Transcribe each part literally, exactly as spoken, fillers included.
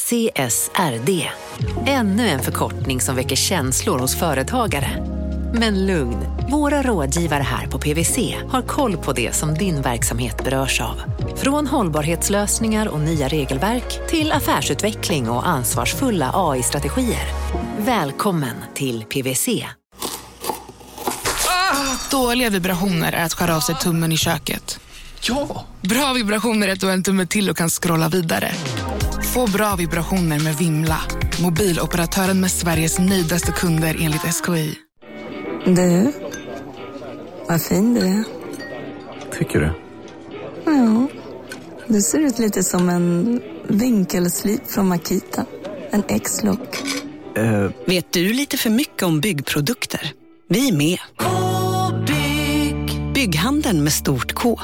C S R D. Ännu en förkortning som väcker känslor hos företagare. Men lugn, våra rådgivare här på P W C har koll på det som din verksamhet berörs av. Från hållbarhetslösningar och nya regelverk till affärsutveckling och ansvarsfulla A I-strategier. Välkommen till P W C. Ah, dåliga vibrationer är att skära av sig tummen i köket. Ja! Bra vibrationer är att du har en tumme till och kan scrolla vidare. Få bra vibrationer med Vimla. Mobiloperatören med Sveriges nöjdaste kunder enligt S K I. Du, vad fin du är. Tycker du? Ja, du ser ut lite som en vinkelslip från Makita. En X-look. Uh. Vet du lite för mycket om byggprodukter? Vi är med. K-bygg. Bygghandeln med stort K.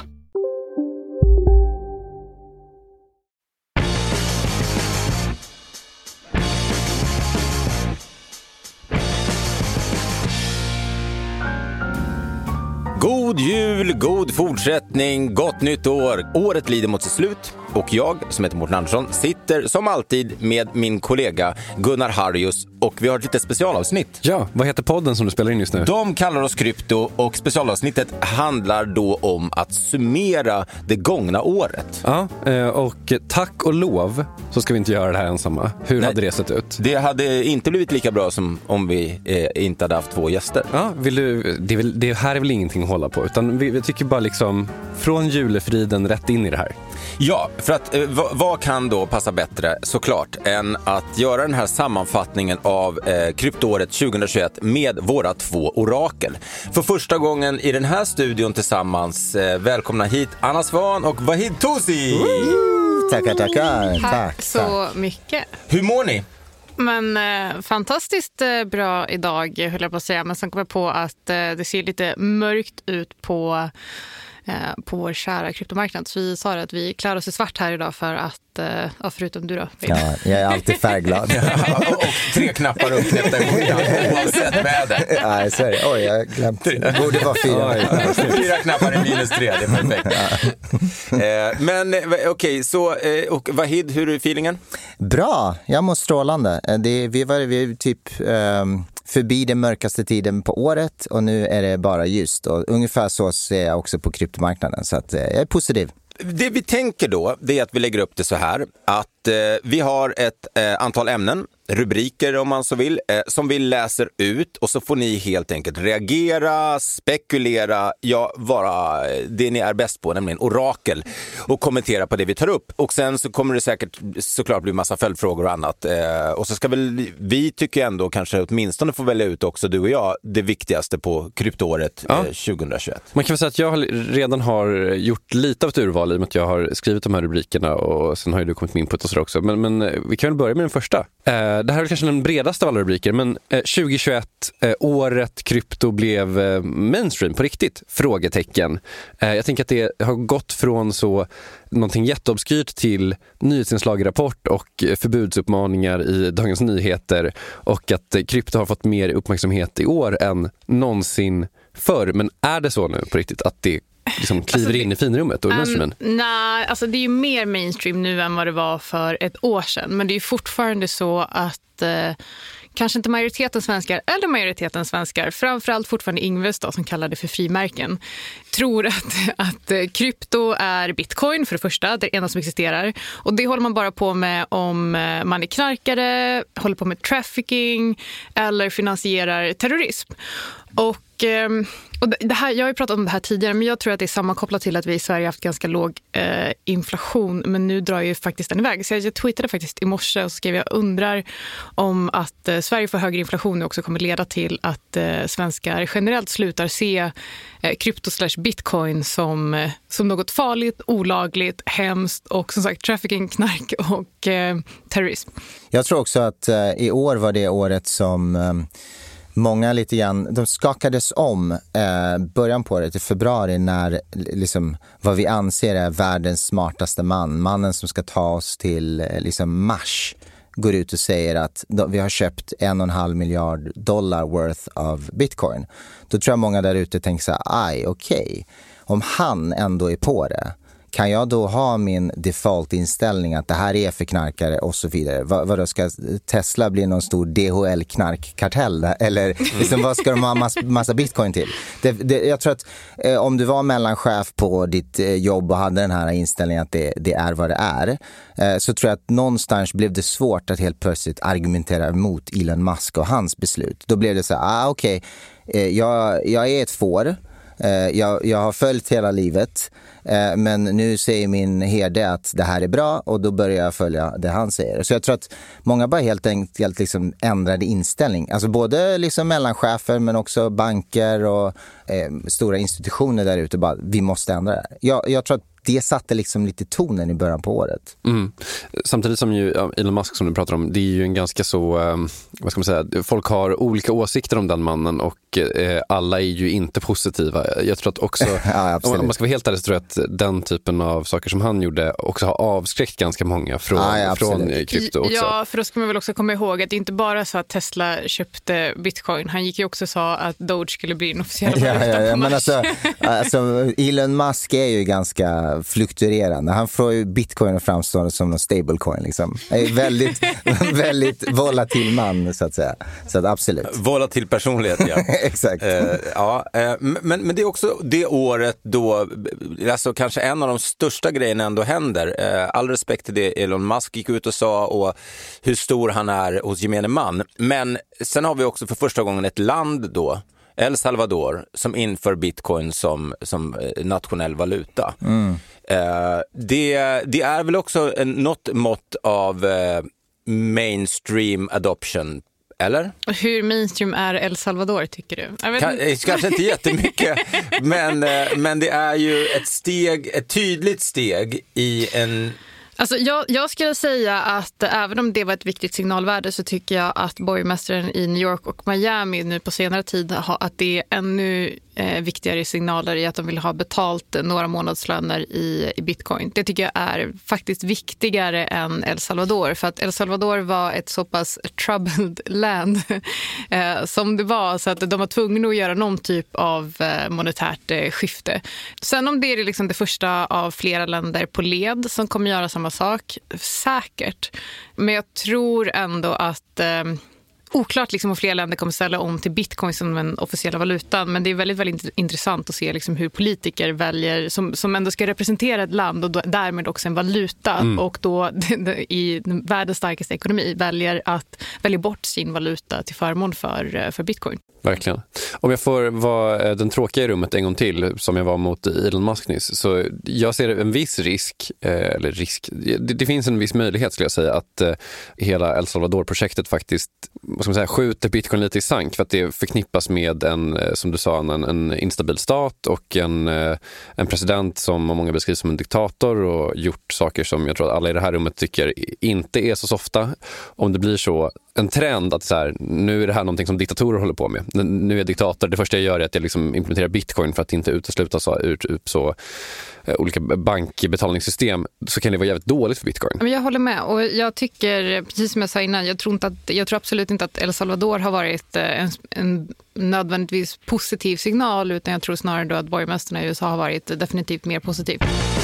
God jul, god fortsättning, gott nytt år. Året lider mot sitt slut och jag, som heter Mårten Andersson, sitter som alltid med min kollega Gunnar Harrius och vi har ett litet specialavsnitt. Ja, vad heter podden som du spelar in just nu? De kallar oss Krypto och specialavsnittet handlar då om att summera det gångna året. Ja, och tack och lov så ska vi inte göra det här ensamma. Hur Nej, hade det sett ut? Det hade inte blivit lika bra som om vi eh, inte hade haft två gäster. Ja, vill du, det, är väl, det här är väl ingenting att hålla på, utan vi, vi tycker bara liksom från julefriden rätt in i det här. Ja, för att eh, vad, vad kan då passa bättre såklart än att göra den här sammanfattningen av eh, kryptoåret tjugohundratjugoett med våra två orakel. För första gången i den här studion tillsammans, eh, välkomna hit Anna Svan och Vahid Tosi! Tackar, tackar. Tack, tack så tack. mycket. Hur mår ni? Men eh, fantastiskt eh, bra idag, höll jag på att säga. Men sen kom jag på att eh, det ser lite mörkt ut på, eh, på vår kära kryptomarknad. Så vi sa att vi klarar oss i svart här idag för att, eh, ja, förutom du då. Ja, jag är alltid färgglad. Ja, och, och tre knappar uppknäppta i skyddan oavsett väder. Nej, sorry. Oj, jag glömde. Det borde vara fyra. Fyra knappar i minus tre, det är perfekt. Ja. Eh, men okej, okay, så eh, och Vahid, hur är feelingen? Bra, jag mår strålande. Det, vi var vi är typ um, förbi den mörkaste tiden på året och nu är det bara ljust. Och ungefär så ser jag också på kryptomarknaden, så att, eh, jag är positiv. Det vi tänker då, det är att vi lägger upp det så här att eh, vi har ett eh, antal ämnen, rubriker om man så vill, eh, som vi läser ut och så får ni helt enkelt reagera, spekulera, ja, vara det ni är bäst på, nämligen orakel, och kommentera på det vi tar upp. Och sen så kommer det säkert såklart bli massa följdfrågor och annat. Eh, och så ska väl vi tycker ändå kanske åtminstone få välja ut också, du och jag, det viktigaste på kryptoåret ja. eh, tjugohundratjugoett. Man kan väl säga att jag redan har gjort lite av ett urval i och med att jag har skrivit de här rubrikerna och sen har ju du kommit med input och så också. Men, men vi kan väl börja med den första. Eh, det här är kanske den bredaste av alla rubriker, men eh, tjugohundratjugoett, eh, året krypto blev eh, mainstream på riktigt? Frågetecken. Eh, jag tänker att det har gått från så någonting jätteobskyrt till nyhetsinslag i Rapport och förbudsuppmaningar i Dagens Nyheter, och att eh, krypto har fått mer uppmärksamhet i år än någonsin förr. Men är det så nu på riktigt att det liksom kliver alltså, in i finrummet och i mainstreamen? Um, nej, alltså det är ju mer mainstream nu än vad det var för ett år sedan. Men det är ju fortfarande så att eh, kanske inte majoriteten svenskar, eller majoriteten svenskar, framförallt fortfarande Ingves då, som kallar det för frimärken, tror att, att krypto är bitcoin för det första, det enda som existerar. Och det håller man bara på med om man är knarkare, håller på med trafficking eller finansierar terrorism. Och Och det här, jag har ju pratat om det här tidigare, men jag tror att det är sammankopplat till att vi i Sverige har haft ganska låg eh, inflation, men nu drar ju faktiskt den iväg. Så jag, jag tweetade faktiskt i morse och skrev jag undrar om att eh, Sverige får högre inflation nu också kommer leda till att eh, svenskar generellt slutar se eh, krypto slash bitcoin som, eh, som något farligt, olagligt, hemskt och som sagt trafficking, knark och eh, terrorism. Jag tror också att eh, i år var det året som eh, många lite grann, de skakades om eh, början på året i februari när liksom vad vi anser är världens smartaste man, mannen som ska ta oss till eh, liksom Mars, går ut och säger att då, vi har köpt en och en halv miljard dollar worth av bitcoin. Då tror jag många där ute tänker så här, aj okej, okay. Om han ändå är på det, kan jag då ha min default-inställning att det här är för knarkare och så vidare? Vad, vad då ska Tesla bli någon stor D H L-knarkkartell? Eller liksom, vad ska de ha massa, massa bitcoin till? Det, det, jag tror att eh, om du var mellanchef på ditt eh, jobb och hade den här inställningen att det, det är vad det är, eh, så tror jag att någonstans blev det svårt att helt plötsligt argumentera mot Elon Musk och hans beslut. Då blev det så här, ah, okej, okay, eh, jag, jag är ett får. Jag, jag har följt hela livet, men nu säger min herde att det här är bra och då börjar jag följa det han säger. Så jag tror att många bara helt enkelt liksom ändrade inställning. Alltså både liksom mellanchefer men också banker och eh, stora institutioner där ute. Bara, vi måste ändra det. Jag, jag tror att det satte liksom lite tonen i början på året. Mm. Samtidigt som ju Elon Musk som du pratar om, det är ju en ganska så, vad ska man säga, folk har olika åsikter om den mannen och eh, alla är ju inte positiva. Jag tror att också, ja, om man ska vara helt ärlig så tror jag att den typen av saker som han gjorde också har avskräckt ganska många från, ja, ja, från krypto också. Ja, för då ska man väl också komma ihåg att det inte bara så att Tesla köpte bitcoin. Han gick ju också och sa att Doge skulle bli en officiell valuta ja, ja, ja, på men alltså, alltså, Elon Musk är ju ganska fluktuerande. Han får ju bitcoin att framstå som en stablecoin liksom. Är väldigt, väldigt volatil man så att säga. Så att absolut. Volatil personlighet, ja. Exakt. Eh, ja, eh, men, men det är också det året då alltså kanske en av de största grejerna ändå händer. Eh, all respekt till det Elon Musk gick ut och sa och hur stor han är hos gemene man. Men sen har vi också för första gången ett land då, El Salvador, som inför bitcoin som, som nationell valuta. Mm. Eh, det, det är väl också en, något mått av eh, mainstream adoption, eller? Hur mainstream är El Salvador, tycker du? Jag vet Kan, kanske inte jättemycket, men, eh, men det är ju ett steg, ett tydligt steg i en... Alltså jag, jag skulle säga att även om det var ett viktigt signalvärde så tycker jag att borgmästaren i New York och Miami nu på senare tid har att det är ännu eh, viktigare signaler i att de vill ha betalt några månadslöner i, i bitcoin. Det tycker jag är faktiskt viktigare än El Salvador, för att El Salvador var ett så pass troubled land eh, som det var, så att de var tvungna att göra någon typ av eh, monetärt eh, skifte. Sen om det är liksom det första av flera länder på led som kommer göra samma sak, säkert. Men jag tror ändå att eh, oklart liksom om fler länder kommer ställa om till bitcoin som den officiella valutan, men det är väldigt, väldigt intressant att se liksom hur politiker väljer, som, som ändå ska representera ett land och då, därmed också en valuta, mm. och då i världens starkaste ekonomi väljer att välja bort sin valuta till förmån för, för bitcoin. Verkligen. Om jag får vara den tråkiga i rummet en gång till, som jag var mot Elon Musk nyss, så jag ser en viss risk, eller risk, det, det finns en viss möjlighet skulle jag säga att eh, hela El Salvador-projektet faktiskt, vad ska man säga, skjuter bitcoin lite i sank, för att det förknippas med en, som du sa, en, en instabil stat och en, en president som många beskriver som en diktator och gjort saker som jag tror att alla i det här rummet tycker inte är så softa. Om det blir så en trend att så här, nu är det här någonting som diktatorer håller på med. Nu är jag diktator. Det första jag gör är att jag liksom implementerar bitcoin för att inte utesluta så, ut, ut så uh, olika bankbetalningssystem, så kan det vara jävligt dåligt för bitcoin. Jag håller med, och jag tycker, precis som jag sa innan, jag tror, inte att, jag tror absolut inte att El Salvador har varit en, en nödvändigtvis positiv signal, utan jag tror snarare då att borgmästarna i U S A har varit definitivt mer positiv.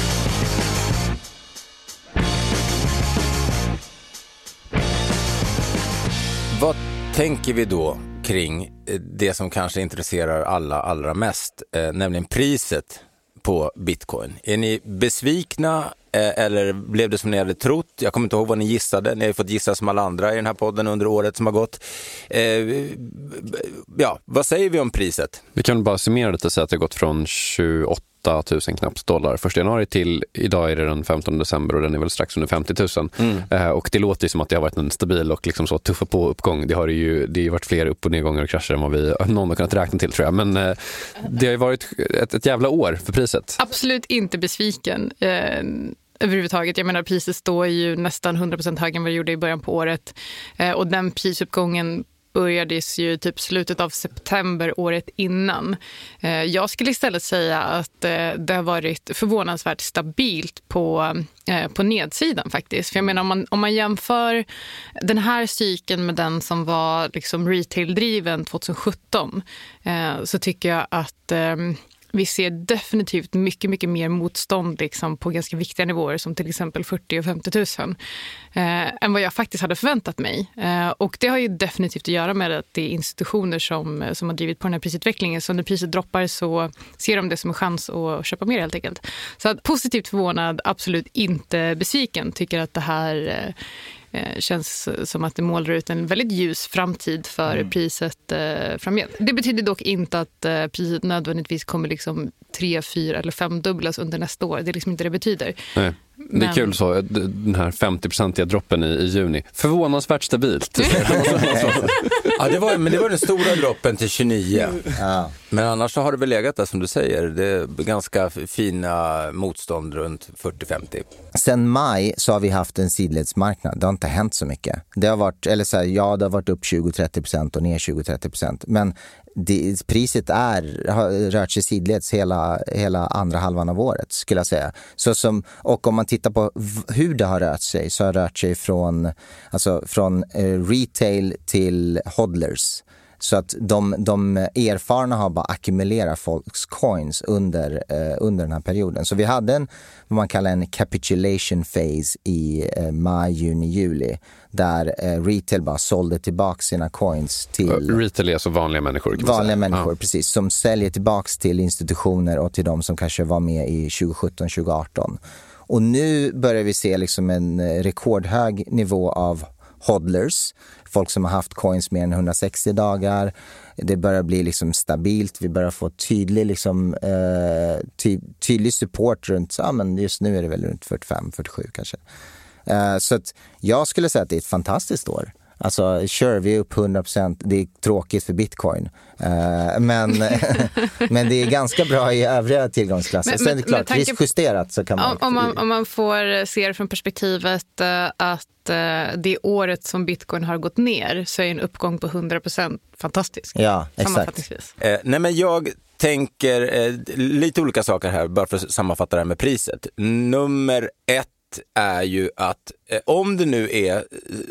Vad tänker vi då kring det som kanske intresserar alla allra mest, eh, nämligen priset på bitcoin? Är ni besvikna eh, eller blev det som ni hade trott? Jag kommer inte ihåg vad ni gissade. Ni har fått gissa som alla andra i den här podden under året som har gått. Eh, ja, vad säger vi om priset? Vi kan bara summera lite och säga att det har gått från tjugoåtta tusen knappt dollar första januari till idag är det den femtonde december och den är väl strax under femtio tusen. Mm. Eh, och det låter ju som att det har varit en stabil och liksom så tuffa på uppgång. Det har ju, det har ju varit fler upp- och nedgångar och krascher än vad vi någon har kunnat räkna till, tror jag. Men eh, det har ju varit ett, ett jävla år för priset. Absolut inte besviken. Eh... överhuvudtaget. Jag menar, priset står ju nästan hundra procent högre än vad det gjorde i början på året. Eh, och den prisuppgången började ju typ slutet av september året innan. Eh, jag skulle istället säga att eh, det har varit förvånansvärt stabilt på, eh, på nedsidan faktiskt. För jag menar, om man, om man jämför den här cykeln med den som var liksom retail-driven tjugohundrasjutton, eh, så tycker jag att eh, vi ser definitivt mycket, mycket mer motstånd liksom, på ganska viktiga nivåer som till exempel fyrtio och femtio tusen eh, än vad jag faktiskt hade förväntat mig. Eh, och det har ju definitivt att göra med att det är institutioner som, som har drivit på den här prisutvecklingen. Så när priset droppar så ser de det som en chans att köpa mer helt enkelt. Så att positivt förvånad, absolut inte besviken. Tycker att det här eh, känns som att det målar ut en väldigt ljus framtid för mm. priset eh, framgent. Det betyder dock inte att eh, priset nödvändigtvis kommer liksom tre, fyra eller fem dubblas under nästa år. Det är liksom inte det betyder. Nej. Det är men... kul så, den här femtio-procentiga droppen i, i juni. Förvånansvärt stabilt. Ja, det var, men det var den stora droppen till tjugonio. Ja. Men annars så har det väl legat där som du säger. Det är ganska fina motstånd runt fyrtio femtio. Sen maj så har vi haft en sidledsmarknad. Det har inte hänt så mycket. Det har varit, eller så här, ja, det har varit upp tjugo till trettio procent och ner tjugo till trettio procent. Men det, priset är, har rört sig sidleds hela, hela andra halvan av året skulle jag säga. Så som, och om man tittar på v- hur det har rört sig så har det rört sig från, alltså från eh, retail till hodlers. Så att de, de erfarna har bara ackumulerat folks coins under, eh, under den här perioden. Så vi hade en, vad man kallar en capitulation phase i eh, maj, juni, juli. Där eh, retail bara sålde tillbaka sina coins till... Retail är så vanliga människor. Kan vanliga man säga. människor, ja. Precis. Som säljer tillbaka till institutioner och till de som kanske var med i tjugo sjutton tjugo arton. Och nu börjar vi se liksom en rekordhög nivå av hodlers, folk som har haft coins mer än hundrasextio dagar. Det börjar bli liksom stabilt. Vi börjar få tydlig, liksom, eh, ty- tydlig support runt, ja, men just nu är det väl runt fyrtiofem fyrtiosju kanske. Eh, så att jag skulle säga att det är ett fantastiskt år. Alltså, sure, vi är upp hundra procent. Det är tråkigt för bitcoin. Uh, men, men det är ganska bra i övriga tillgångsklasser. Men, Sen är det klart, tanke, riskjusterat så kan man... Om man, om man får se det från perspektivet uh, att uh, det året som bitcoin har gått ner så är en uppgång på hundra procent fantastisk. Ja, exakt. Eh, nej, men jag tänker eh, lite olika saker här, bara för att sammanfatta det här med priset. Nummer ett är ju att eh, om det nu är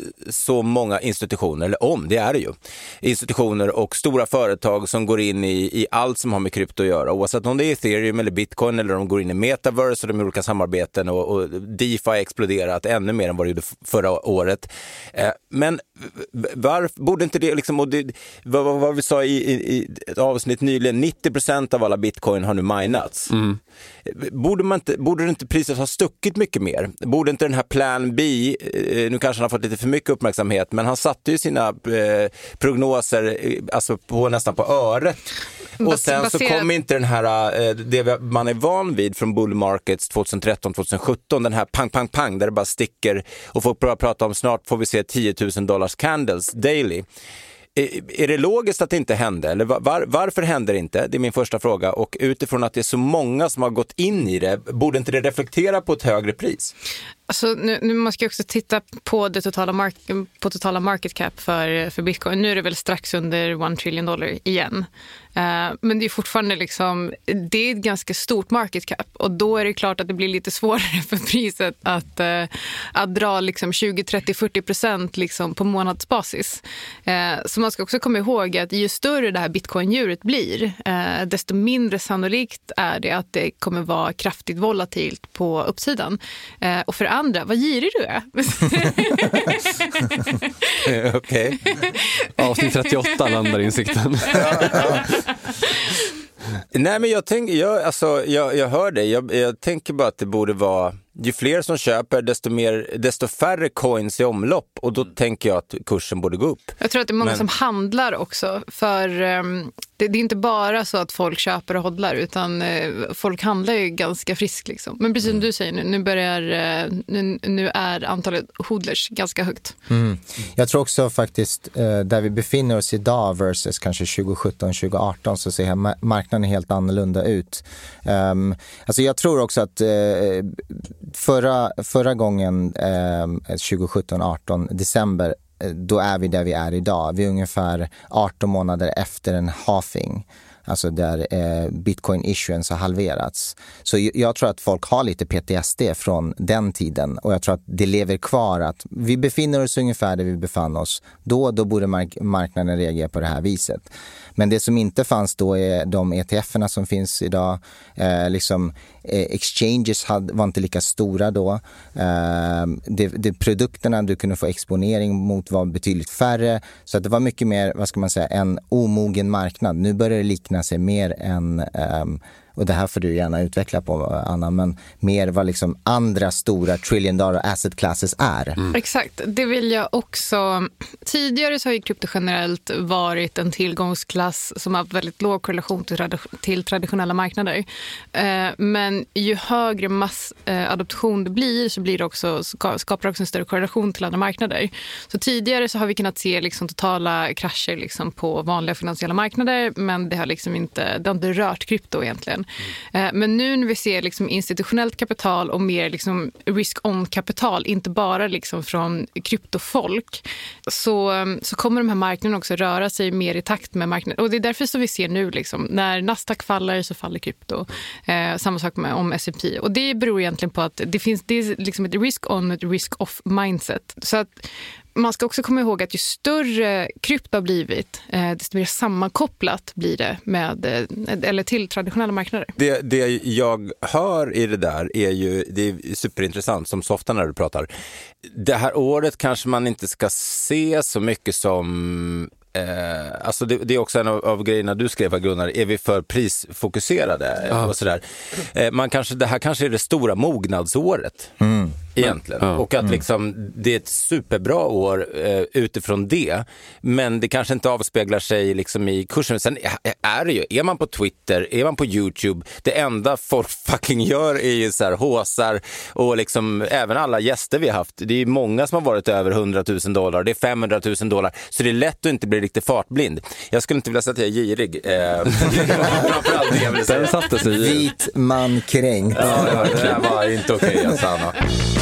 så många institutioner, eller om, det är det ju, institutioner och stora företag som går in i, i allt som har med krypto att göra, oavsett om det är Ethereum eller Bitcoin eller de går in i Metaverse och de olika samarbeten och, och DeFi exploderat ännu mer än vad det gjorde förra året. Eh, men varför borde inte det, liksom, och det vad, vad, vad vi sa i, i, i ett avsnitt nyligen, nittio procent av alla bitcoin har nu minats. Mm. Borde, man inte, borde inte priset ha stuckit mycket mer? Borde inte den här Plan B, nu kanske han har fått lite för mycket uppmärksamhet, men han satte ju sina eh, prognoser alltså på, nästan på öret. Och sen Baserat... så kom inte den här, eh, det man är van vid från bull markets tjugotretton tjugosjutton, den här pang, pang, pang, där det bara sticker och folk börjar prata om snart får vi se tio tusen dollars candles daily. Är det logiskt att det inte hände? Eller var, varför hände det inte? Det är min första fråga. Och utifrån att det är så många som har gått in i det, borde inte det reflektera på ett högre pris? Alltså, nu, nu måste jag också titta på det totala, mark- på totala market cap för, för bitcoin. Nu är det väl strax under en trillion dollar igen. Uh, men det är fortfarande liksom, det är ett ganska stort market cap och då är det klart att det blir lite svårare för priset att, uh, att dra liksom tjugo, trettio, fyrtio procent liksom på månadsbasis. Uh, så man ska också komma ihåg att ju större det här bitcoin-djuret blir, uh, desto mindre sannolikt är det att det kommer vara kraftigt volatilt på uppsidan. Uh, och för andra, vad girig du är? Okej. Avsnitt trettioåtta landar insikten. Nej, men jag tänker, jag, alltså, jag, jag hör dig. Jag, jag tänker bara att det borde vara, ju fler som köper, desto, mer, desto färre coins i omlopp. Och då tänker jag att kursen borde gå upp. Jag tror att det är många men... som handlar också. För um, det, det är inte bara så att folk köper och hodlar, utan uh, folk handlar ju ganska friskt. Liksom. Men precis som mm. du säger, nu, nu, börjar, uh, nu, nu är antalet hodlers ganska högt. Mm. Jag tror också faktiskt, uh, där vi befinner oss idag versus kanske tjugo sjutton tjugo arton så ser ma- marknaden helt annorlunda ut. Um, alltså jag tror också att uh, Förra, förra gången, eh, tjugo sjutton arton december, då är vi där vi är idag. Vi är ungefär arton månader efter en halving. alltså där eh, bitcoin issuance har halverats. Så jag, jag tror att folk har lite P T S D från den tiden, och jag tror att det lever kvar att vi befinner oss ungefär där vi befann oss då, då borde mark- marknaden reagera på det här viset. Men det som inte fanns då är de E T F-erna som finns idag. Eh, liksom, eh, exchanges hade, var inte lika stora då. Eh, det, det produkterna du kunde få exponering mot var betydligt färre. Så att det var mycket mer, vad ska man säga, en omogen marknad. Nu börjar det likna sig mer än... Eh, och det här får du gärna utveckla på, Anna, men mer vad liksom andra stora trillion dollar asset classes är. Mm. Exakt, det vill jag också. Tidigare så har ju krypto generellt varit en tillgångsklass som har haft väldigt låg korrelation till, trad- till traditionella marknader. Eh, men ju högre massadoption det blir, så blir det också, skapar det också en större korrelation till andra marknader. Så tidigare så har vi kunnat se liksom totala krascher liksom på vanliga finansiella marknader, men det har liksom inte, det har inte rört krypto egentligen. Mm. Men nu när vi ser liksom institutionellt kapital och mer liksom risk-on-kapital, inte bara liksom från kryptofolk, så, så kommer de här marknaderna också röra sig mer i takt med marknaden. Och det är därför som vi ser nu, liksom, när Nasdaq faller så faller krypto. Eh, samma sak med om S and P. Och det beror egentligen på att det finns det är liksom ett risk-on och ett risk-off-mindset. Så att man ska också komma ihåg att ju större krypto har blivit, eh, desto mer sammankopplat blir det med, eh, eller till traditionella marknader. Det, det jag hör i det där är ju, det är superintressant som så ofta när du pratar. Det här året kanske man inte ska se så mycket som... Eh, alltså det, det är också en av, av grejerna du skrev, Gunnar. Är vi för prisfokuserade? Ja. Och sådär. Eh, man kanske, det här kanske är det stora mognadsåret. Mm. Egentligen. Ja. Och att liksom, det är ett superbra år eh, utifrån det. Men det kanske inte avspeglar sig liksom i kursen. Sen är det ju, är man på Twitter, är man på YouTube, det enda folk fucking gör är ju så här håsar, och liksom även alla gäster vi har haft. Det är många som har varit över hundratusen dollar. Det är femhundratusen dollar. Så det är lätt att inte bli riktigt fartblind. Jag skulle inte vilja säga att jag är girig. Eh, framförallt det jag vill säga. Satte sig vit man kränkt. Ja, ja, det här var inte okej, okay, alltså, Anna.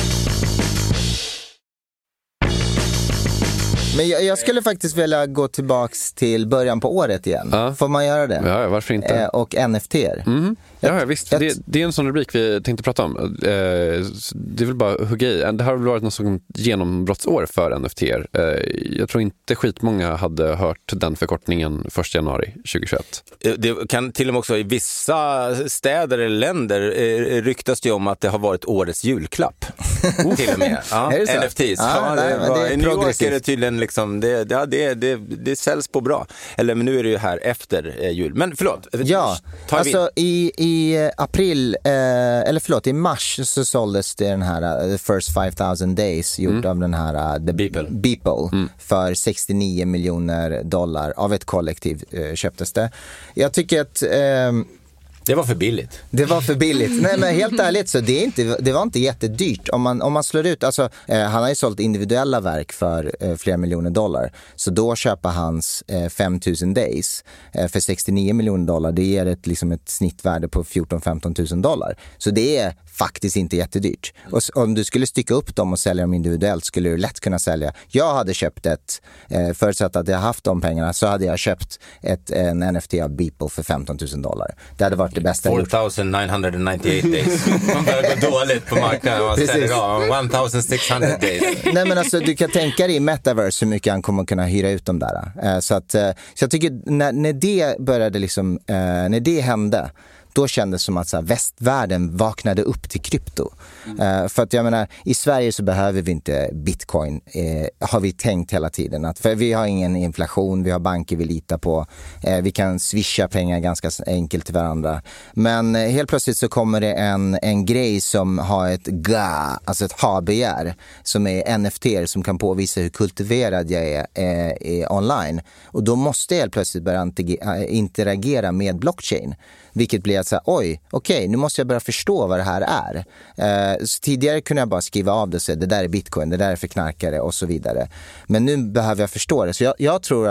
Men jag, jag skulle faktiskt vilja gå tillbaks till början på året igen. Ja. Får man göra det? Ja, varför inte? Eh, och N F T-er. Mm. Ja, visst. Det, det är en sån rubrik vi tänkte prata om. Eh, det är väl bara hugga i. Det har väl varit något sånt genombrottsår för N F T-er. Eh, jag tror inte skitmånga hade hört den förkortningen första januari tjugohundratjugoett. Det kan till och med också i vissa städer eller länder eh, ryktas det om att det har varit årets julklapp. till och med. Ja, N F Ts. Ja, ja, det var, det är I New York är det tydligen liksom, det, ja, det, det, det säljs på bra. Eller men nu är det ju här efter eh, jul. Men förlåt. Ja, alltså i, i april, eh, eller förlåt, i mars så såldes det den här uh, The First five thousand Days gjort mm. av den här uh, The Beeple, Beeple mm. för sextionio miljoner dollar av ett kollektiv uh, köptes det. Jag tycker att uh, det var för billigt. Det var för billigt. Nej, men helt ärligt så det är inte, det var inte jättedyrt. Om man, om man slår ut, alltså eh, han har ju sålt individuella verk för eh, flera miljoner dollar. Så då köper hans eh, fem tusen days eh, för sextionio miljoner dollar. Det ger ett, liksom ett snittvärde på fjorton till femton tusen dollar. Så det är faktiskt inte jättedyrt. Och om du skulle stycka upp dem och sälja dem individuellt skulle du lätt kunna sälja. Jag hade köpt ett, eh, förutsatt att jag haft de pengarna, så hade jag köpt ett, en N F T av Beeple för femton tusen dollar. Det hade varit det bästa. four thousand nine hundred ninety-eight days. Man börjar gå dåligt på marknaden. Man säljer av one thousand six hundred days. Nej, men alltså du kan tänka dig i Metaverse hur mycket han kommer kunna hyra ut dem där. Eh, så, att, eh, så jag tycker när, när det började liksom, eh, när det hände, då kändes det som att så här, västvärlden vaknade upp till krypto. Mm. Uh, för att jag menar, i Sverige så behöver vi inte bitcoin, uh, har vi tänkt hela tiden. Att, för vi har ingen inflation, vi har banker vi litar på. Uh, vi kan swisha pengar ganska enkelt till varandra. Men uh, helt plötsligt så kommer det en, en grej som har ett ga, alltså ett ha-begär, som är N F T som kan påvisa hur kultiverad jag är, uh, är online. Och då måste jag helt plötsligt börja interagera med blockchain. Vilket blir att säga, oj, okej, okay, nu måste jag börja förstå vad det här är. Eh, tidigare kunde jag bara skriva av det och säga, det där är bitcoin, det där är för knarkare och så vidare. Men nu behöver jag förstå det. Så jag, jag tror att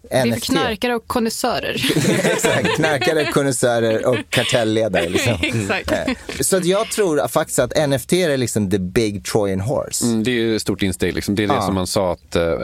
Det är för knarkare och konnässörer. Exakt, knarkare, konnässörer och kartellledare. Liksom. Exakt. Så att jag tror faktiskt att N F T är liksom the big Trojan horse. Mm, det är ju ett stort insteg. Liksom. Det är det ja. som man sa att äh,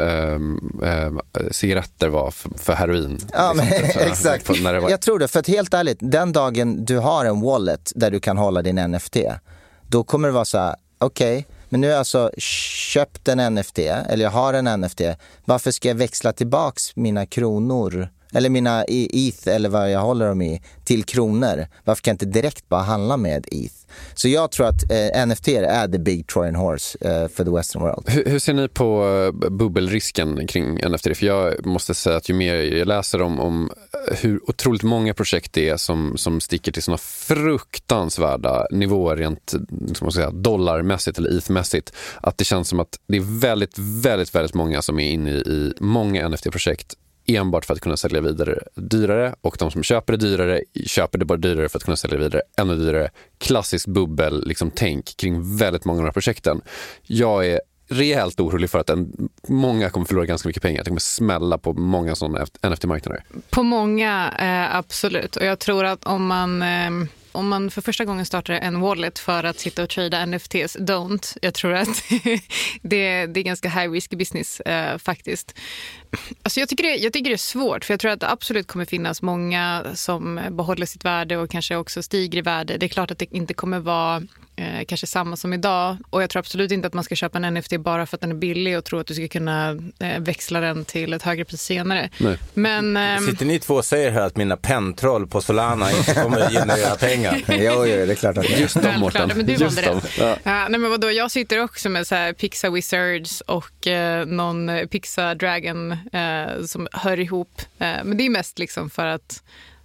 äh, cigaretter var för, för heroin. Ja, liksom, men, för, exakt. För, när det var... Jag tror det, för att helt ärligt, den dagen du har en wallet där du kan hålla din N F T, då kommer det vara så här, okej, okay, men nu har jag alltså köpt en N F T, eller jag har en N F T. Varför ska jag växla tillbaks mina kronor, eller mina E T H, eller vad jag håller dem i, till kronor? Varför kan jag inte direkt bara handla med E T H? Så jag tror att eh, N F T är the big Trojan horse eh, för the western world. Hur, hur ser ni på uh, bubbelrisken kring N F T? För jag måste säga att ju mer jag läser om, om hur otroligt många projekt det är som, som sticker till såna fruktansvärda nivåer rent som man säga, dollarmässigt eller E T H-mässigt, att det känns som att det är väldigt, väldigt, väldigt många som är inne i, i många N F T-projekt enbart för att kunna sälja vidare dyrare, och de som köper det dyrare köper det bara dyrare för att kunna sälja vidare ännu dyrare. Klassisk bubbel liksom, tänk kring väldigt många av de här projekten. Jag är rejält orolig för att en, många kommer förlora ganska mycket pengar. Det kommer smälla på många sådana N F T-marknader. På många, eh, absolut. Och jag tror att om man... Eh... Om man för första gången startar en wallet för att sitta och trada N F Ts, don't. Jag tror att det, det är ganska high risk business eh, faktiskt. Alltså jag, tycker det, jag tycker det är svårt, för jag tror att det absolut kommer finnas många som behåller sitt värde och kanske också stiger i värde. Det är klart att det inte kommer vara eh, kanske samma som idag, och jag tror absolut inte att man ska köpa en N F T bara för att den är billig och tro att du ska kunna eh, växla den till ett högre pris senare. Nej. Men, eh, sitter ni två och säger här att mina pentroll på Solana inte kommer att generera pengar? Jo, jo, det är klart att det är. Just de, Mårten. Men du valde det. Ja. Uh, nej, men vadå, jag sitter också med så här Pixa Wizards och uh, någon Pixa Dragon uh, som hör ihop. Uh, men det är mest liksom för att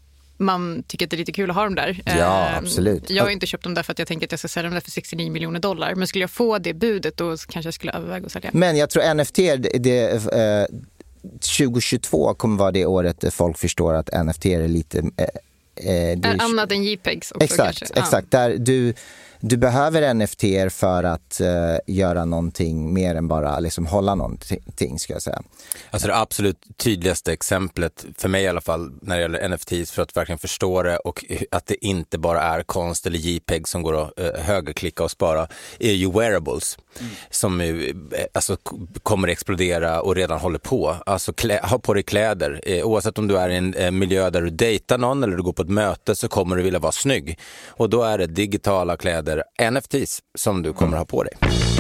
man tycker att det är lite kul att ha dem där. Ja, uh, absolut. Jag har inte köpt dem där för att jag tänker att jag ska sälja dem där för sextionio miljoner dollar. Men skulle jag få det budet, då kanske jag skulle överväga att sälja. Men jag tror N F T, det, det uh, tjugohundratjugotvå kommer vara det året folk förstår att N F T är lite... Uh, Eh, det är annat än JPEGs också. Exakt, kanske. exakt. Ja. Där du, du behöver N F T för att uh, göra någonting mer än bara liksom, hålla någonting, ska jag säga. Alltså det absolut tydligaste exemplet, för mig i alla fall, när det gäller N F Ts, för att verkligen förstå det och att det inte bara är konst eller JPEG som går att uh, högerklicka och spara, är ju wearables. Mm. Som ju, alltså, kommer explodera och redan håller på. Alltså klä, ha på dig kläder. Eh, oavsett om du är i en eh, miljö där du dejtar någon eller du går på ett möte, så kommer du vilja vara snygg. Och då är det digitala kläder, N F Ts, som du kommer mm. ha på dig.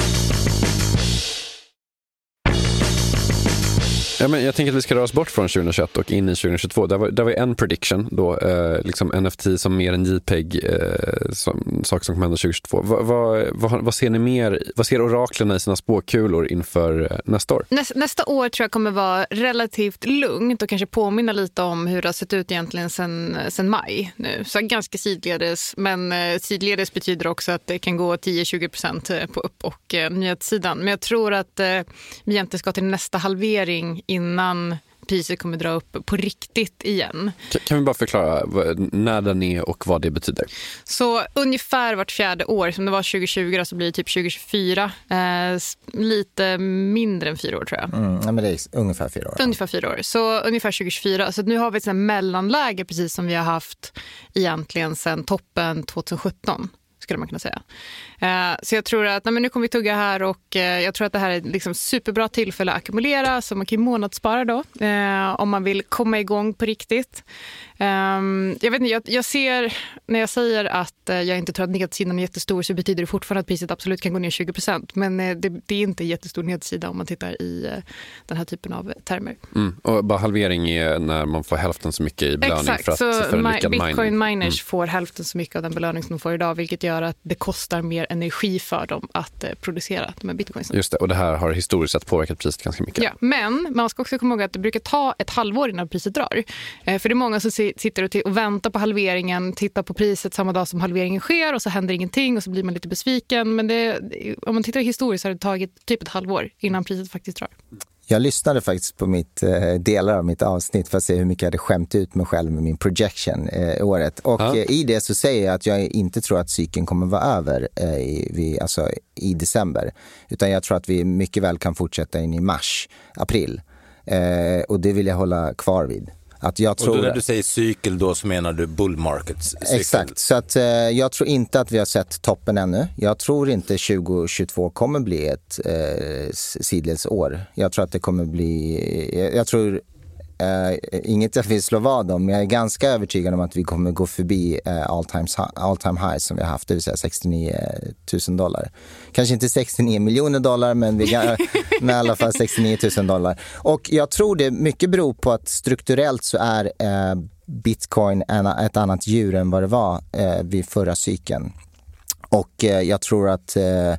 Ja, men jag tänker att vi ska röra oss bort från tjugohundratjugoett och in i tjugohundratjugotvå. Där var, där var en prediction då, eh, liksom N F T som mer än JPEG, eh, som, saker som kommer hända tjugohundratjugotvå. Va, va, va, vad ser ni mer, vad ser oraklerna i sina spåkulor inför eh, nästa år? Nästa, nästa år tror jag kommer vara relativt lugnt och kanske påminna lite om hur det har sett ut egentligen sen, sen maj nu. Så ganska sidledes, men eh, sidledes betyder också att det kan gå tio till tjugo procent på upp- och eh, nyhetssidan. Men jag tror att eh, vi egentligen ska till nästa halvering innan priset kommer dra upp på riktigt igen. Kan vi bara förklara när den är och vad det betyder? Så ungefär vart fjärde år, som det var tjugohundratjugo då, så blir det typ tjugohundratjugofyra. Eh, lite mindre än fyra år tror jag. Mm, ja, men det är ungefär fyra år. Ungefär fyra år. Så ungefär tjugohundratjugofyra. Så nu har vi ett sånt här mellanläge precis som vi har haft egentligen sedan toppen tjugohundrasjutton. Skulle man kunna säga. Uh, så jag tror att nej, men nu kommer vi tugga här och uh, jag tror att det här är liksom superbra tillfälle att ackumulera, så man kan månadsspara då uh, om man vill komma igång på riktigt. Um, jag vet inte, jag, jag ser när jag säger att uh, jag inte tror att nedsidan är jättestor, så betyder det fortfarande att priset absolut kan gå ner tjugo procent. Men uh, det, det är inte jättestor nedsida om man tittar i uh, den här typen av termer. Mm. Och bara halvering är när man får hälften så mycket i belöning. Exakt, för att, så för en lyckad Bitcoin mining. miners Mm. får hälften så mycket av den belöning som de får idag, vilket gör att det kostar mer energi för dem att eh, producera de här bitcoins. Just det, och det här har historiskt sett påverkat priset ganska mycket. Ja, men man ska också komma ihåg att det brukar ta ett halvår innan priset drar. Eh, för det är många som si- sitter och, t- och väntar på halveringen, tittar på priset samma dag som halveringen sker och så händer ingenting och så blir man lite besviken. Men det, om man tittar historiskt så har det tagit typ ett halvår innan priset faktiskt drar. Jag lyssnade faktiskt på mitt, eh, delar av mitt avsnitt för att se hur mycket jag hade skämt ut mig själv med min projection eh, året. Och ja. eh, i det så säger jag att jag inte tror att cykeln kommer vara över eh, i, vi, alltså, i december. Utan jag tror att vi mycket väl kan fortsätta in i mars, april. Eh, och det vill jag hålla kvar vid. Att jag tror... Och då när du säger cykel då så menar du bull markets cykel. Exakt, så att, eh, jag tror inte att vi har sett toppen ännu. Jag tror inte tjugo tjugotvå kommer bli ett eh, sidledsår. Jag tror att det kommer bli... Jag, jag tror... Uh, inget jag vill slå vad om, men jag är ganska övertygad om att vi kommer gå förbi uh, all, time, all time high som vi har haft, det vill säga sextionio tusen dollar. Kanske inte sextionio miljoner dollar, men vi kan, med i alla fall sextionio tusen dollar. Och jag tror det mycket beror på att strukturellt så är uh, Bitcoin en, ett annat djur än vad det var uh, vid förra cykeln. Och uh, jag tror att uh,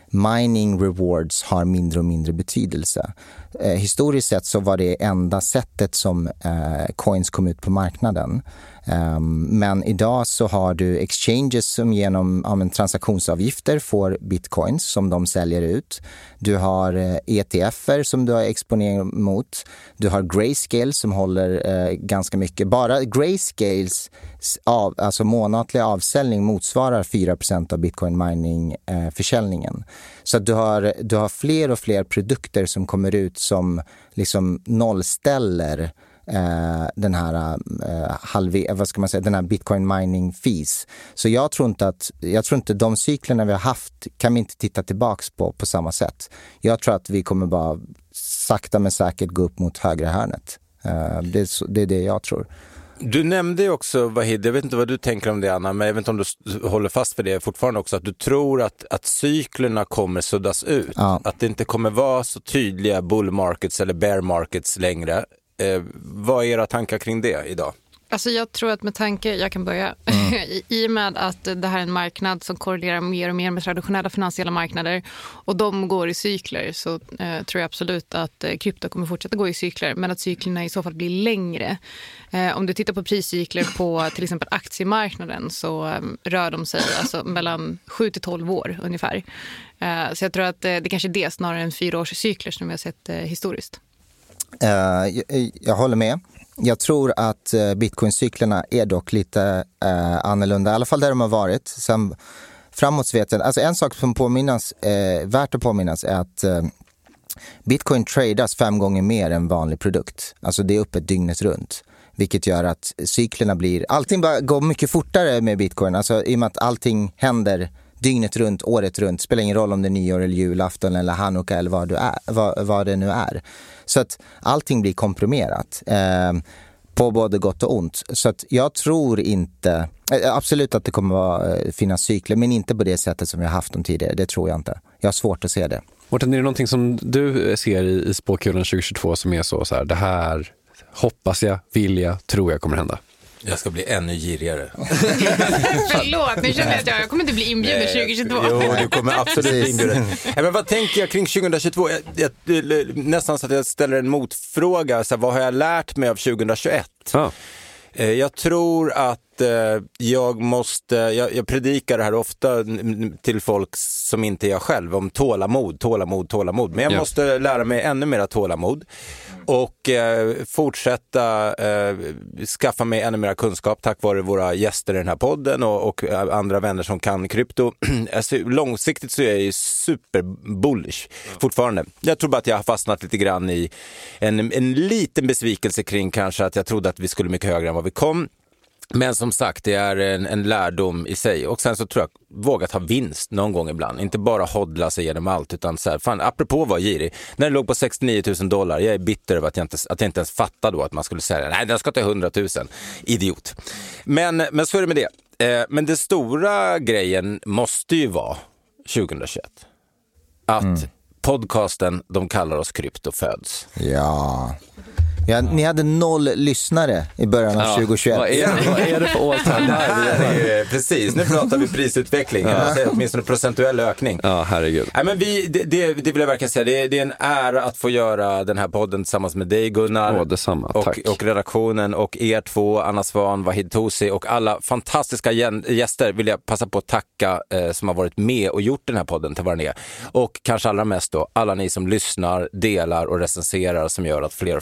mining rewards har mindre och mindre betydelse. Eh, historiskt sett så var det enda sättet som eh, coins kom ut på marknaden. Um, men idag så har du exchanges som genom ja, men, transaktionsavgifter får bitcoins som de säljer ut. Du har eh, E T F-er som du har exponering mot. Du har Grayscale som håller eh, ganska mycket. Bara Grayscales av, alltså månatliga avsäljning motsvarar fyra procent av bitcoin mining eh, försäljningen. Så att du har, du har fler och fler produkter som kommer ut som liksom nollställer Uh, den här uh, halve, vad ska man säga, den här bitcoin mining fees. Så jag tror inte att jag tror inte de cyklerna vi har haft kan vi inte titta tillbaks på på samma sätt. Jag tror att vi kommer bara sakta men säkert gå upp mot högre hörnet. Uh, det, är, det är det jag tror. Du nämnde ju också, Vahid, jag vet inte vad du tänker om det, Anna, men jag vet inte om du håller fast för det fortfarande också, att du tror att, att cyklerna kommer suddas ut. Ja. Att det inte kommer vara så tydliga bull markets eller bear markets längre. Eh, vad är era tankar kring det idag? Alltså jag tror att med tanke, jag kan börja, mm. I, i och med att det här är en marknad som korrelerar mer och mer med traditionella finansiella marknader och de går i cykler, så eh, tror jag absolut att eh, krypto kommer fortsätta gå i cykler, men att cyklerna i så fall blir längre. Eh, om du tittar på priscykler på till exempel aktiemarknaden så eh, rör de sig alltså mellan sju till tolv år ungefär. Eh, så jag tror att eh, det kanske är det snarare än fyra års cykler som vi har sett eh, historiskt. Uh, jag, jag håller med. Jag tror att uh, bitcoin-cyklerna är dock lite uh, annorlunda, i alla fall där de har varit. Sen framåt så vet jag, alltså en sak som påminnas, uh, värt att påminnas är att uh, bitcoin tradas fem gånger mer än vanlig produkt. Alltså det är uppe dygnet runt. Vilket gör att cyklerna blir, allting bara går mycket fortare med bitcoin. Alltså i och med att allting händer dygnet runt, året runt. Spelar ingen roll om det är nyår eller julafton eller Hanukka eller vad, du är, vad, vad det nu är. Så att allting blir komprimerat. Eh, på både gott och ont. Så att jag tror inte, eh, absolut att det kommer vara, eh, finnas cykler, men inte på det sättet som vi har haft dem tidigare. Det tror jag inte. Jag har svårt att se det. Mårten, är det någonting som du ser i, i spåkulan tjugo tjugotvå som är så, så här, det här hoppas jag, vill jag, tror jag kommer hända? Jag ska bli ännu girigare. Förlåt, nu känner jag att jag kommer inte bli inbjuden tjugo tjugotvå. Jo, du kommer absolut bli inbjuden. Ja, men vad tänker jag kring tjugo tjugotvå? Jag, jag, nästan så att jag ställer en motfråga. Så här, vad har jag lärt mig av tjugo tjugoett? Ah. Jag tror att jag måste, jag, jag predikar det här ofta till folk som inte är jag själv, om tålamod, tålamod, tålamod. Men jag ja. måste lära mig ännu mer tålamod och eh, fortsätta eh, skaffa mig ännu mer kunskap tack vare våra gäster i den här podden och, och andra vänner som kan krypto. Alltså, långsiktigt så är jag ju super bullish fortfarande. Jag tror bara att jag har fastnat lite grann i en, en liten besvikelse kring kanske att jag trodde att vi skulle mycket högre än vad vi kom. Men som sagt, det är en, en lärdom i sig. Och sen så tror jag, våga ta vinst någon gång ibland. Inte bara hodla sig genom allt, utan så här, fan, apropå vad girig. När det låg på sextionio tusen dollar, jag är bitter över att jag inte, att jag inte ens fattade då att man skulle säga, nej, den ska ta hundra tusen. Idiot. Men, men så är det med det. Eh, men det stora grejen måste ju vara tjugo tjugoett. Att mm. podcasten, de kallar oss krypto föds. Ja... Ja, ni hade noll lyssnare i början av ja, tjugo tjugoett. Vad är det, vad är det för all time high? Precis, nu pratar vi prisutveckling. Ja. Åtminstone procentuell ökning. Ja, herregud. Nej, men vi, det, det, det vill jag verkligen säga. Det är, det är en ära att få göra den här podden tillsammans med dig, Gunnar. Åh, detsamma. Och, tack. och redaktionen och er två, Anna Svan, Vahid Tosi och alla fantastiska gäster vill jag passa på att tacka eh, som har varit med och gjort den här podden till vad den är. Och kanske allra mest då, alla ni som lyssnar, delar och recenserar som gör att fler och fler upptäcker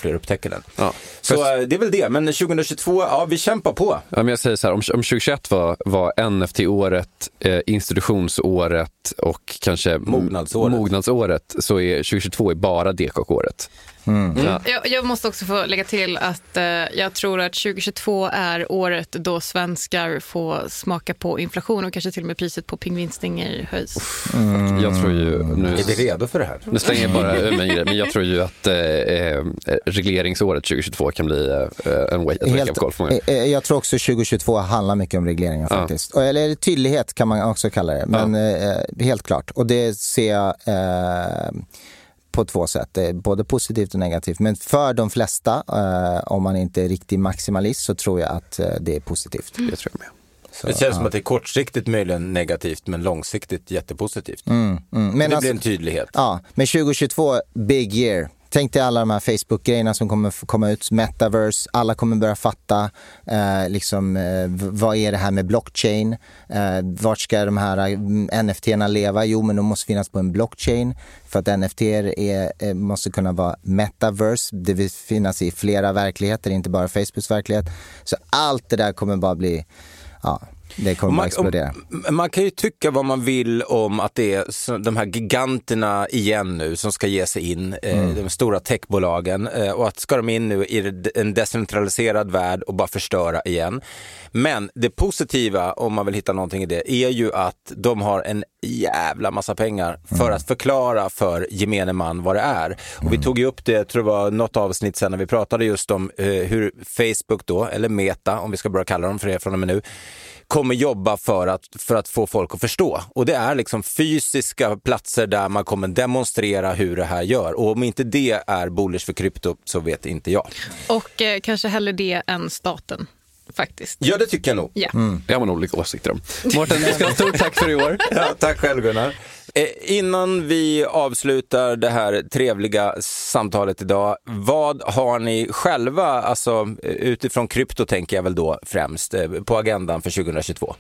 den. Ja. Så det är väl det, men tjugohundratjugotvå, ja, vi kämpar på. Ja, men jag säger så här, om, om tjugohundratjugoett var, var N F T-året, eh, institutionsåret och kanske mognadsåret, mognadsåret så är tjugohundratjugotvå är bara D K K-året. Mm. Mm. Ja. Jag, jag måste också få lägga till att eh, jag tror att tjugohundratjugotvå är året då svenskar får smaka på inflation och kanske till och med priset på pingvinstänger höjs. Mm. Jag tror ju... Nu, är vi redo för det här? Nu slänger jag bara över mig, men jag tror ju att eh, regleringsåret tjugohundratjugotvå kan bli eh, en wake-up call för många. Eh, jag tror också tjugohundratjugotvå handlar mycket om regleringar ja. faktiskt. Eller tydlighet kan man också kalla det, men ja. eh, helt klart. Och det ser jag... Eh, på två sätt, både positivt och negativt. Men för de flesta, eh, om man inte är riktig maximalist, så tror jag att eh, det är positivt. Mm. Jag tror jag med. Så, det känns ja. som att det är kortsiktigt möjligen negativt, men långsiktigt jättepositivt. Mm, mm. Men det alltså, blir en tydlighet. Ja, men tjugohundratjugotvå, big year. Tänk dig alla de här Facebook-grejerna som kommer komma ut, metaverse, alla kommer börja fatta eh, liksom, eh, vad är det här med blockchain, eh, vart ska de här N F T-erna leva? Jo, men de måste finnas på en blockchain för att N F T är, eh, måste kunna vara metaverse, det vill finnas i flera verkligheter, inte bara Facebooks verklighet. Så allt det där kommer bara bli, ja... Det kommer man, att explodera. Om, man kan ju tycka vad man vill om att det är de här giganterna igen nu som ska ge sig in, mm. eh, de stora techbolagen, eh, och att ska de in nu i en decentraliserad värld och bara förstöra igen. Men det positiva, om man vill hitta någonting i det, är ju att de har en jävla massa pengar för mm. att förklara för gemene man vad det är. Och mm. vi tog ju upp det, jag tror det var något avsnitt sen när vi pratade just om eh, hur Facebook då, eller Meta, om vi ska börja kalla dem för det från och med nu, kommer jobba för att, för att få folk att förstå. Och det är liksom fysiska platser där man kommer demonstrera hur det här gör. Och om inte det är bullish för krypto så vet inte jag. Och eh, kanske hellre det än staten. Faktiskt. Ja, det tycker jag nog. Ja. Mm. Det har man olika åsikter om. Mårten, vi ska ha stort tack för i år. Ja, tack själv, Gunnar. Eh, innan vi avslutar det här trevliga samtalet idag, vad har ni själva, alltså utifrån krypto tänker jag väl då främst, eh, på agendan för tjugohundratjugotvå?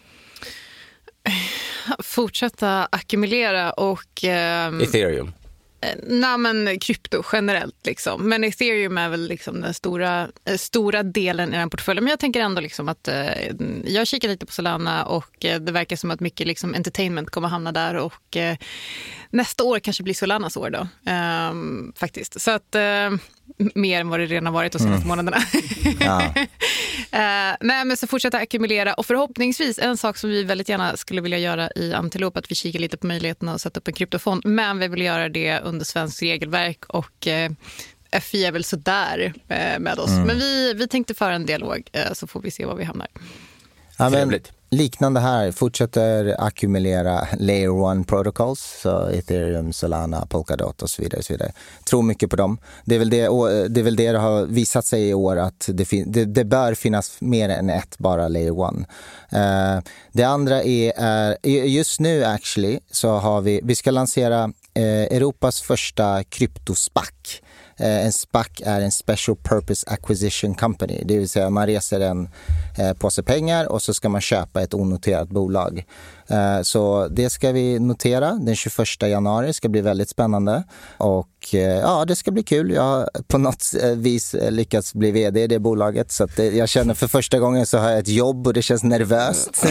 Fortsätta ackumulera och... Eh, Ethereum. Nej, men krypto generellt liksom. Men Ethereum är väl liksom den stora, eh, stora delen i den portföljen. Men jag tänker ändå liksom att eh, jag kikar lite på Solana och eh, det verkar som att mycket liksom entertainment kommer hamna där och eh, nästa år kanske blir Solanas år då. Eh, faktiskt. Så att eh, mer än vad det redan har varit de senaste mm. månaderna. Ja. eh, nej, men så fortsätta ackumulera och förhoppningsvis en sak som vi väldigt gärna skulle vilja göra i Antilope, att vi kikar lite på möjligheten att sätta upp en kryptofond, men vi vill göra det under svensk regelverk och eh, F I är väl sådär eh, med oss. Mm. Men vi, vi tänkte föra en dialog eh, så får vi se var vi hamnar. Ja, men liknande här, fortsätter ackumulera layer one protocols, så Ethereum, Solana, Polkadot och så vidare, och så vidare. Tror mycket på dem. Det är väl det, det, är väl det, det har visat sig i år att det, fin- det, det bör finnas mer än ett bara layer one. Uh, det andra är, är just nu actually så har vi, vi ska lansera uh, Europas första kryptospac. En SPAC är en Special Purpose Acquisition Company. Det vill säga man reser en eh, påse pengar och så ska man köpa ett onoterat bolag. Eh, så det ska vi notera den tjugoförsta januari. Ska bli väldigt spännande. Och eh, ja, det ska bli kul. Jag har på något vis lyckats bli vd i det bolaget. Så att det, jag känner för första gången så har jag ett jobb och det känns nervöst.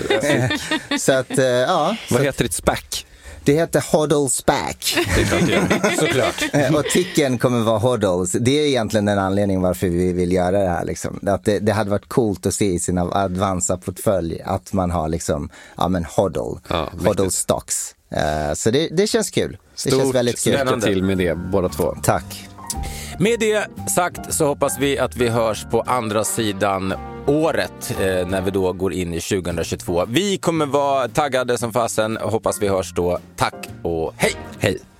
så att eh, ja. Vad heter ditt SPAC? Det heter Hodl SPAC. Det är klart det är. Såklart. Och ticken kommer vara Hodls. Det är egentligen den anledningen varför vi vill göra det här. Liksom. Att det, det hade varit coolt att se i sin Avanza-portfölj att man har liksom, ja men Hodl. Ja, Hodl Stocks. Uh, så det, det känns kul. Stort, det känns väldigt kul. Lycka till med det, båda två. Tack. Med det sagt så hoppas vi att vi hörs på andra sidan året eh, när vi då går in i tjugohundratjugotvå. Vi kommer vara taggade som fasen. Hoppas vi hörs då. Tack och hej! Hej!